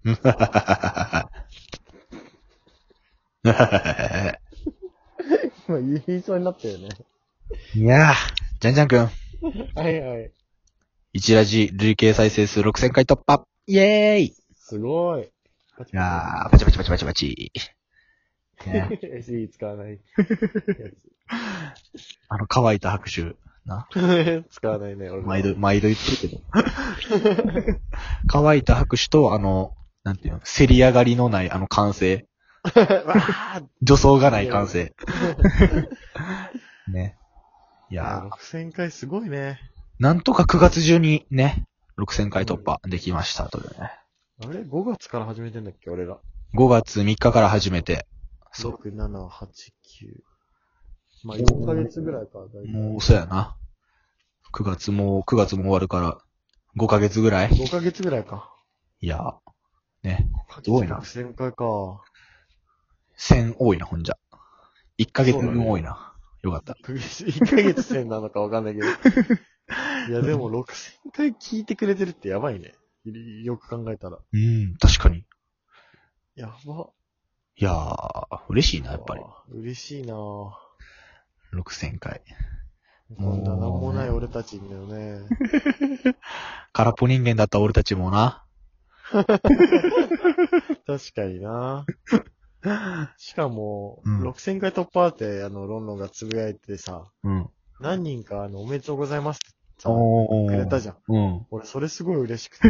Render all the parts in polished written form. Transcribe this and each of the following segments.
今言いそうになったよね。 いやー、じゃんじゃんくん。 はいはい。 1ラジ累計再生数6000回突破。イェーイ。いすごい。パチパチやー、パチパチパチパチパチ。ね、 SE 使わないや乾いた拍手。な。 つ。使わないね、俺は。 毎度言ってるけど。乾いた拍手と、なんていうの、せり上がりのない歓声。 わー助走がない歓声。ね。いやー、 6000回すごいね。 なんとか9月中にね、6000回突破できましたというね。 あれ ?5 月から始めてんだっけ俺ら。 5月3日から始めて。そう。 6、7、8、9。まあ、4ヶ月ぐらいか、だいたい。 もう、そうやな。9月も終わるから、5ヶ月ぐらい。 5ヶ月ぐらいか。 いやー、ね。すごいな。 6000回か。 1000多いな、ほんじゃ。1ヶ月分多いな。よかった。 1ヶ月1000なのかわかんないけど。いや、でも6000回聞いてくれてるってやばいね。よく考えたら。 確かに。 やば。 いやー、嬉しいな、やっぱり。 嬉しいなぁ。 6000回。 こんななんもない俺たちにだよね。 空っぽ人間だった俺たちもな。 確かにな。しかも、6000回突破って、ロンロンがつぶやいてさ、何人か、おめでとうございますってさ、くれたじゃん。俺、それすごい嬉しくて。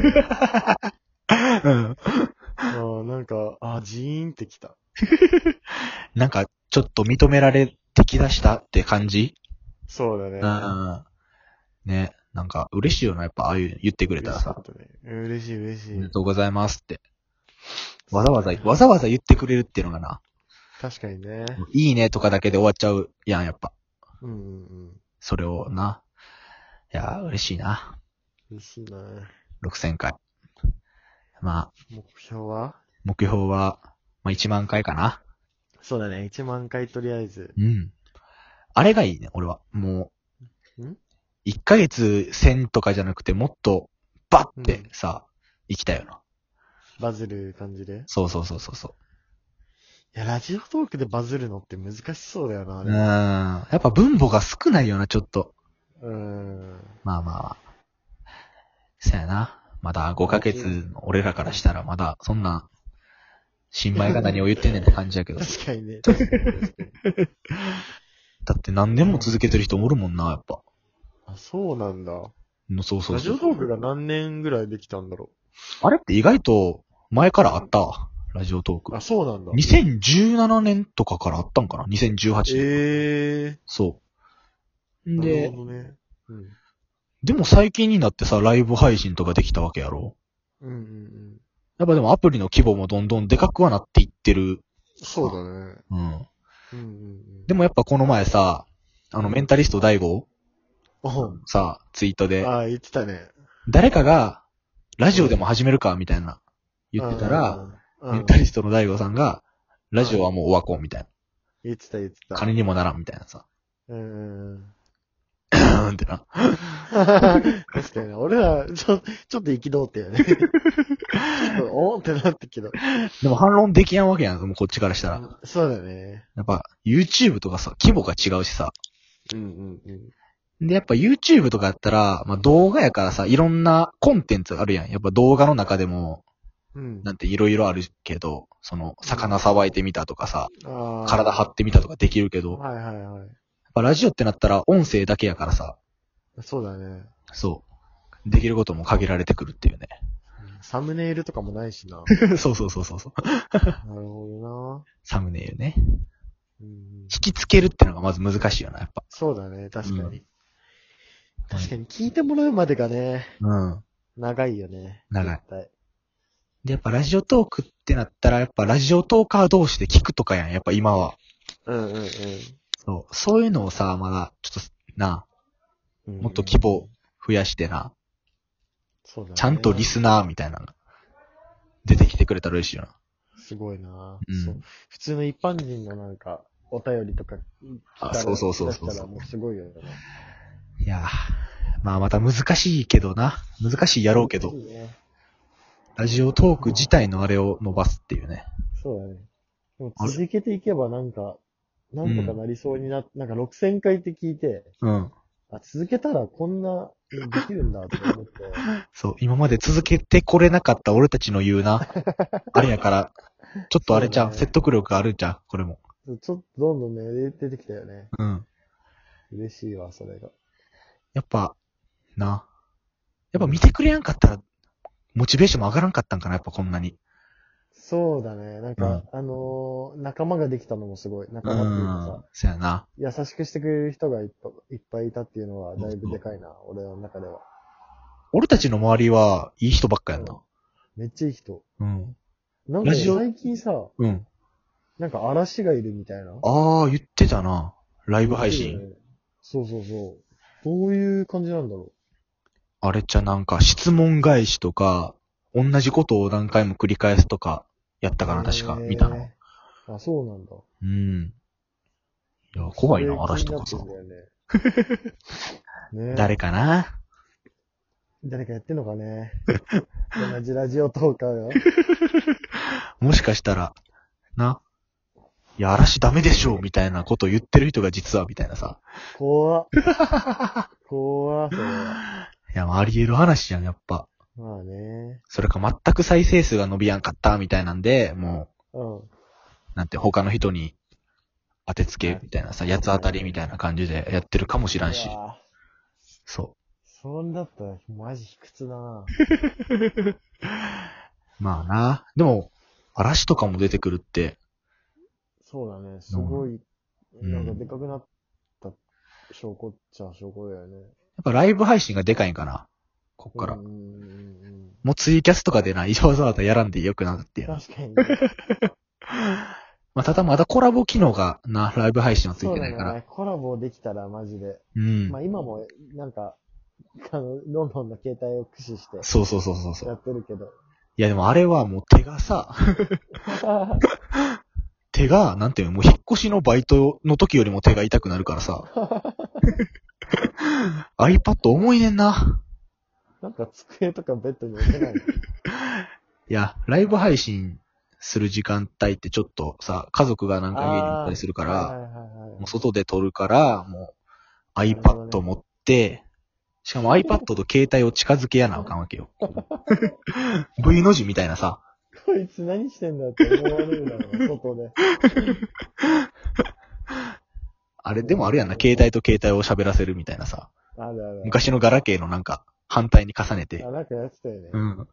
なんか、ジーンってきた。 なんか、ちょっと認められてきだしたって感じ？ そうだね。 ね、なんか、嬉しいよな、やっぱ、ああいう言ってくれたらさ。 嬉しい嬉しい。 おめでとうございますって。わざわざ言ってくれるっていうのがな。 確かにね。 いいねとかだけで終わっちゃうやん、やっぱ。それをな。いやー、嬉しいな。 嬉しいな。 6000回。まあ。 目標は、 まあ、1万回かな。 そうだね、1万回とりあえず。 あれがいいね、俺は。もう。1ヶ月1000とかじゃなくて、もっと、バッてさ、行きたいよな。 バズる感じで。 そう。 いや、ラジオトークでバズるのって難しそうだよな、 やっぱ分母が少ないよな、ちょっと。まあ。そうやな。まだ5ヶ月の俺らからしたらまだ、そんな、新米が何を言ってんねんって感じやけど。 確かにね。 だって何年も続けてる人おるもんな、やっぱ。 そうなんだ。 そう。 ラジオトークが何年ぐらいできたんだろう。あれって意外と前からあったわ。ラジオトーク。 そうなんだ。 2017年とかからあったんかな ?2018 年。そう。で、 なるほどね。 でも最近になってさ、ライブ配信とかできたわけやろ。やっぱでもアプリの規模もどんどんでかくはなっていってる。 そうだね。 でもやっぱこの前さ、メンタリスト大悟さ、ツイートで。 言ってたね。 誰かが、ラジオでも始めるかみたいな。言ってたら、メンタリストの大悟さんが、ラジオはもうオワコンみたいな。 言ってた。 金にもならんみたいなさ。ってな。 確かにね。俺ら、ちょっと憤ってよね。ちょっと、おーってなったけど。 でも反論できやんわけやん、もうこっちからしたら。 そうだね。 やっぱ、YouTube とかさ、規模が違うしさ。で、やっぱ YouTube とかやったら、まあ動画やからさ、いろんなコンテンツあるやん。やっぱ動画の中でも、なんていろいろあるけど、魚さばいてみたとかさ、体張ってみたとかできるけど、やっぱラジオってなったら音声だけやからさ。 そうだね。 そう。できることも限られてくるっていうね。 サムネイルとかもないしな。 そう。 なるほどな。 サムネイルね。引きつけるってのがまず難しいよな、やっぱ。 そうだね、確かに。確かに聞いてもらうまでがね、長いよね。 長い。で、やっぱラジオトークってなったら、やっぱラジオトーカー同士で聞くとかやん、やっぱ今は。そういうのをさ、まだ、ちょっと、もっと規模増やしてな。そうだね。ちゃんとリスナーみたいなのが出てきてくれたら嬉しいよな。 すごいな。普通の一般人のなんか、お便りとか来たら、 そう。 したらもうすごいよね。 いやー、まあまた難しいけどな。難しいやろうけど。 ラジオトーク自体のあれを伸ばすっていうね。 そうだね。でも続けていけばなんとかなりそうになんか6000回って聞いて、続けたらこんな、できるんだって思って。 そう、今まで続けてこれなかった俺たちの言うな。あれやから、ちょっとあれじゃん、説得力あるじゃん、これも。 ちょっとどんどんね、出てきたよね。嬉しいわ、それが。 やっぱ見てくれやんかったら、モチベーションも上がらんかったんかな、やっぱこんなに。 そうだね。なんか、仲間ができたのもすごい。仲間っていうかさ。 そうやな。 優しくしてくれる人がいっぱいいたっていうのはだいぶでかいな、俺の中では。 俺たちの周りはいい人ばっかやんな。 めっちゃいい人。なんか最近さ、なんか嵐がいるみたいな。 ああ、言ってたな。ライブ配信。 そう。どういう感じなんだろう。 あれじゃなんか質問返しとか、同じことを何回も繰り返すとか、やったかな、確か。見たの。 あ、そうなんだ。 いや、怖いな、嵐とかさ。誰かな？ 誰かやってんのかね。同じラジオトーカーよ。 もしかしたら、いや、嵐ダメでしょみたいなことを言ってる人が実は、みたいなさ。 怖っ、それは。 いや、あり得る話じゃん、やっぱ。 まあね。 それか全く再生数が伸びやんかった、みたいなんで、もう、他の人に当てつけ、みたいなさ、八つ当たりみたいな感じでやってるかもしらんし。そう。 そんだったら、マジ卑屈だな。 まあな。でも、嵐とかも出てくるって。 そうだね。すごい、なんかでかくなった証拠っちゃ証拠だよね。 やっぱライブ配信がでかいんかな。こっから。もうツイキャスとかでな、わざわざやらんでよくなっていう。 確かに。 まあ、ただまだコラボ機能がライブ配信はついてないから。 そうだね。コラボできたらマジで。まあ今も、なんか、ロンドンの携帯を駆使して。 そう。 やってるけど。 いやでもあれはもう手がさ、手が、なんていうの、もう引っ越しのバイトの時よりも手が痛くなるからさ。iPad 重いねんな。 なんか机とかベッドに置けない。いや、ライブ配信する時間帯ってちょっとさ、家族がなんか家に行ったりするから、もう外で撮るから、もう iPad 持って、しかも iPad と携帯を近づけやなあかんわけよ。V の字みたいなさ。 こいつ何してんだって思われるだろう、外で。 あれ、でもあるやんな、携帯と携帯を喋らせるみたいなさ。 ある。 昔のガラケーのなんか、反対に重ねて。 なんかやってたよね。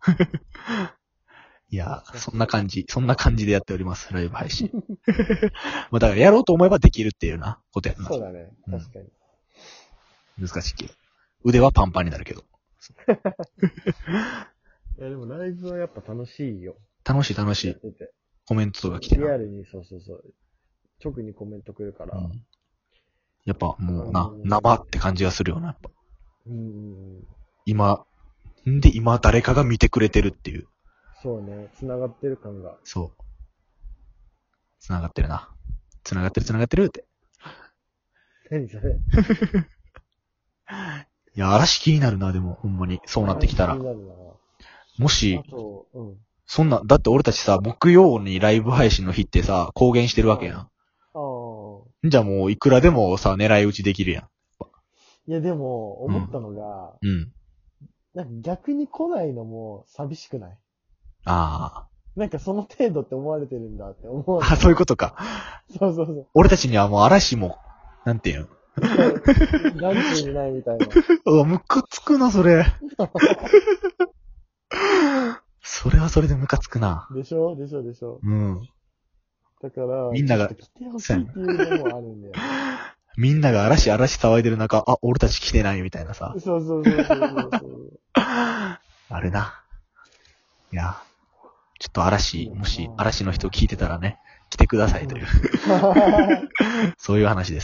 いや、そんな感じでやっております、ライブ配信。まあだからやろうと思えばできるっていうな、ことやな。 そうだね、確かに。 難しいけど。腕はパンパンになるけど。 いやでもライブはやっぱ楽しいよ。 楽しい。コメントとか来てる。 リアルに、そう。直にコメントくるから。 やっぱもう生って感じがするよな、やっぱ。今誰かが見てくれてるっていう。 そうね、繋がってる感が。 そう。繋がってるな。繋がってるって。 何それ。 いや、嵐気になるな、でも、ほんまに。そうなってきたら。もし、そんな、だって俺たちさ、木曜にライブ配信の日ってさ、公言してるわけやん。じゃあもう、いくらでもさ、狙い撃ちできるやん。 いや、でも、思ったのが、なんか逆に来ないのも寂しくない？なんかその程度って思われてるんだって思う。 そういうことか。 そう。 俺たちにはもう嵐も、なんていうの何時にないみたいな。 ムカつくな、それ。それはそれでムカつくな。 でしょ。だから、 みんなが、 来てほしいっていうのもあるんだよ。 みんなが嵐騒いでる中、俺たち来てないみたいなさ。 そう。 あれな。いや、ちょっともし嵐の人聞いてたらね、来てくださいという。そういう話です。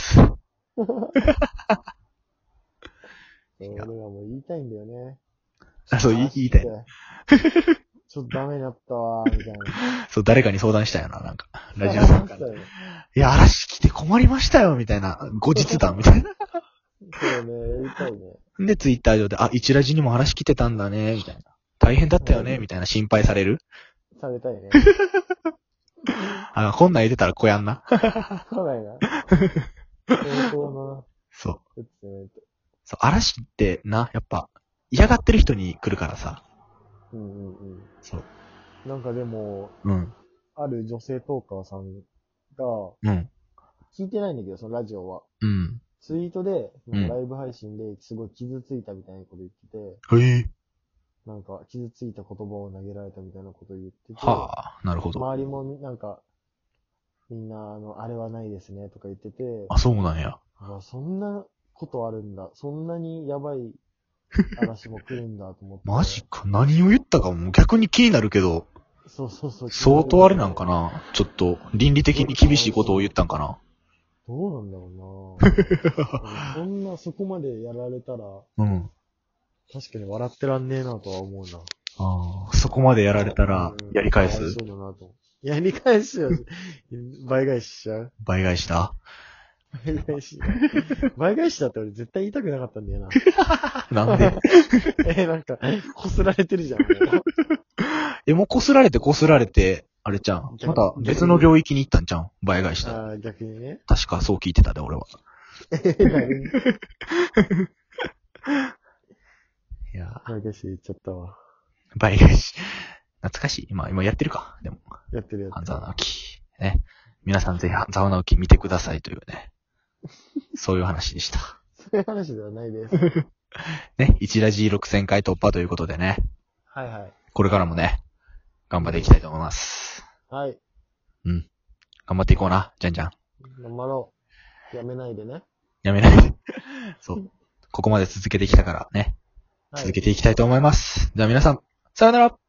俺はもう言いたいんだよね。 そう、言いたい。 ちょっとダメだったわ、みたいな。 そう、誰かに相談したよな、なんか。ラジオさんから。いや、嵐来て困りましたよ、みたいな。後日談、みたいな。 そうね、言いたいね。 で、ツイッター上で、一ラジにも嵐来てたんだね、みたいな。タ大変だったよね、みたいな心配される。 されたいね。 こんなん言ってたらこやんな。 そうだよな。相当な。 そう。そう、嵐ってな、やっぱ、嫌がってる人に来るからさ。 うんうんうん。 そう。 なんかでも、 うん。 ある女性トーカーさんが、 うん。 聞いてないんだけど、そのラジオは。 うん。 ツイートで、 うん、 ライブ配信ですごい傷ついたみたいなこと言ってて、 へえ。 なんか傷ついた言葉を投げられたみたいなことを言ってて、 はあ、なるほど。 周りもなんか、みんなあれはないですねとか言ってて、 あ、そうなんや。 そんなことあるんだ。そんなにやばい嵐も来るんだと思って。 マジか。何を言ったかも逆に気になるけど。 そうそうそう。 相当あれなんかな。ちょっと、倫理的に厳しいことを言ったんかな。 どうなんだろうなそこまでやられたら、 うん。 確かに笑ってらんねえなとは思うな。 ああ、そこまでやられたら、やり返す、 そうだなと。やり返すよ。倍返ししちゃう倍返しだ。 倍返し。倍返しだって俺絶対言いたくなかったんだよな。なんでなんか、こすられてるじゃん、もう。 もうこすられて、あれちゃん。また別の領域に行ったんちゃん倍返した。 ああ、逆にね。 確かそう聞いてたで、俺は。いや倍返し言っちゃったわ。 倍返し。懐かしい。今やってるか。でも。 やってる。 半沢直樹。ね。皆さんぜひ半沢直樹見てくださいというね。そういう話でした。 そういう話ではないです。 ね。1ラジ6000回突破ということでね。 はいはい。 これからもね、頑張っていきたいと思います。 はい。 うん。頑張っていこうな、じゃんじゃん。 頑張ろう。やめないでね。 やめないで。そう。ここまで続けてきたからね。続けていきたいと思います。では皆さん、さよなら。